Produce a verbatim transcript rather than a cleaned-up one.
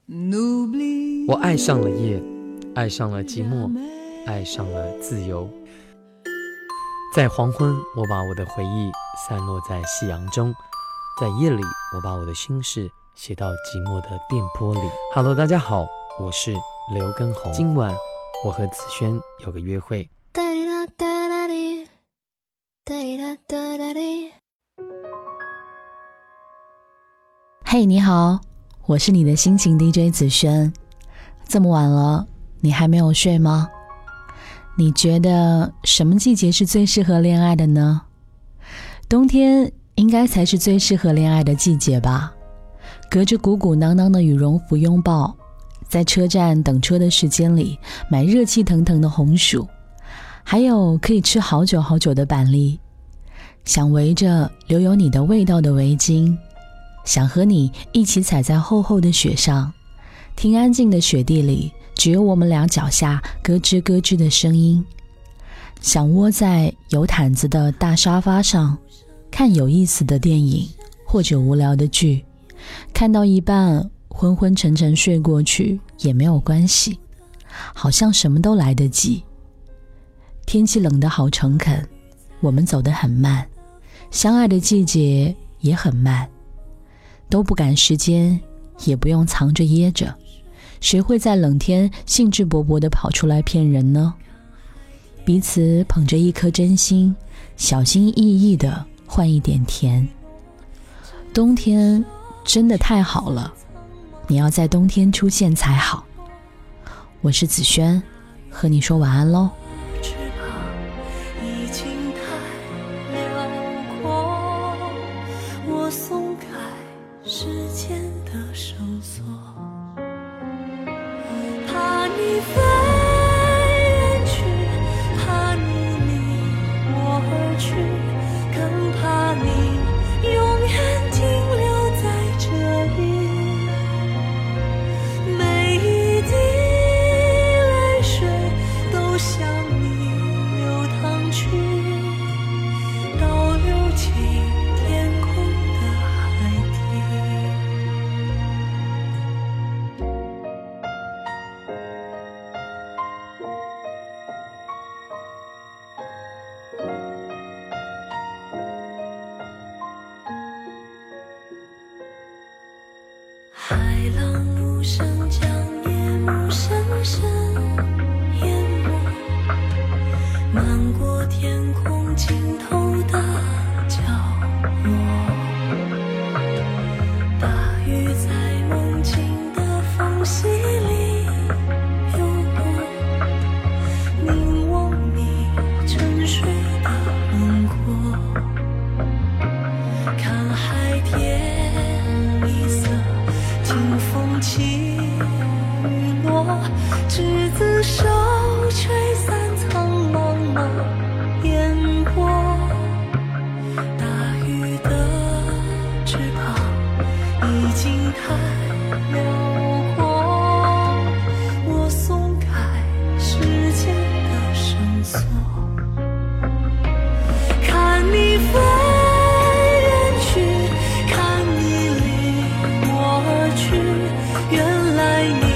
我爱上了夜，爱上了寂寞，爱上了自由。在黄昏，我把我的回忆散落在夕阳中，在夜里，我把我的心事写到寂寞的电波里。Hello， 大家好，我是刘畊宏。今晚我和子轩有个约会。 嘿、hey, 你好，我是你的心情 D J 子轩。这么晚了，你还没有睡吗？你觉得什么季节是最适合恋爱的呢？冬天应该才是最适合恋爱的季节吧。隔着鼓鼓囊囊的羽绒服拥抱，在车站等车的时间里买热气腾腾的红薯，还有可以吃好久好久的板栗，想围着留有你的味道的围巾，想和你一起踩在厚厚的雪上，听安静的雪地里只有我们俩脚下咯吱咯吱的声音，想窝在有毯子的大沙发上，看有意思的电影或者无聊的剧，看到一半昏昏沉沉睡过去也没有关系，好像什么都来得及。天气冷得好诚恳，我们走得很慢，相爱的季节也很慢，都不赶时间，也不用藏着掖着，谁会在冷天兴致勃勃地跑出来骗人呢？彼此捧着一颗真心，小心翼翼地换一点甜。冬天真的太好了，你要在冬天出现才好。我是子轩，和你说晚安咯。 松开时间的绳索，怕你飞远去，怕你离我而去，更怕你永远停留在这里。每一滴泪水都向你流淌去，倒流进天空。海浪无声将夜幕深深淹没，漫过天空尽头的角落，大雨在梦境的缝隙里流过，凝望你沉睡的轮廓，看海天一色，听风起雨落，执子手，吹散苍茫茫烟波。大雨的翅膀已经太辽阔，我松开时间的绳索，看你飞远去，看你离我而去，原来你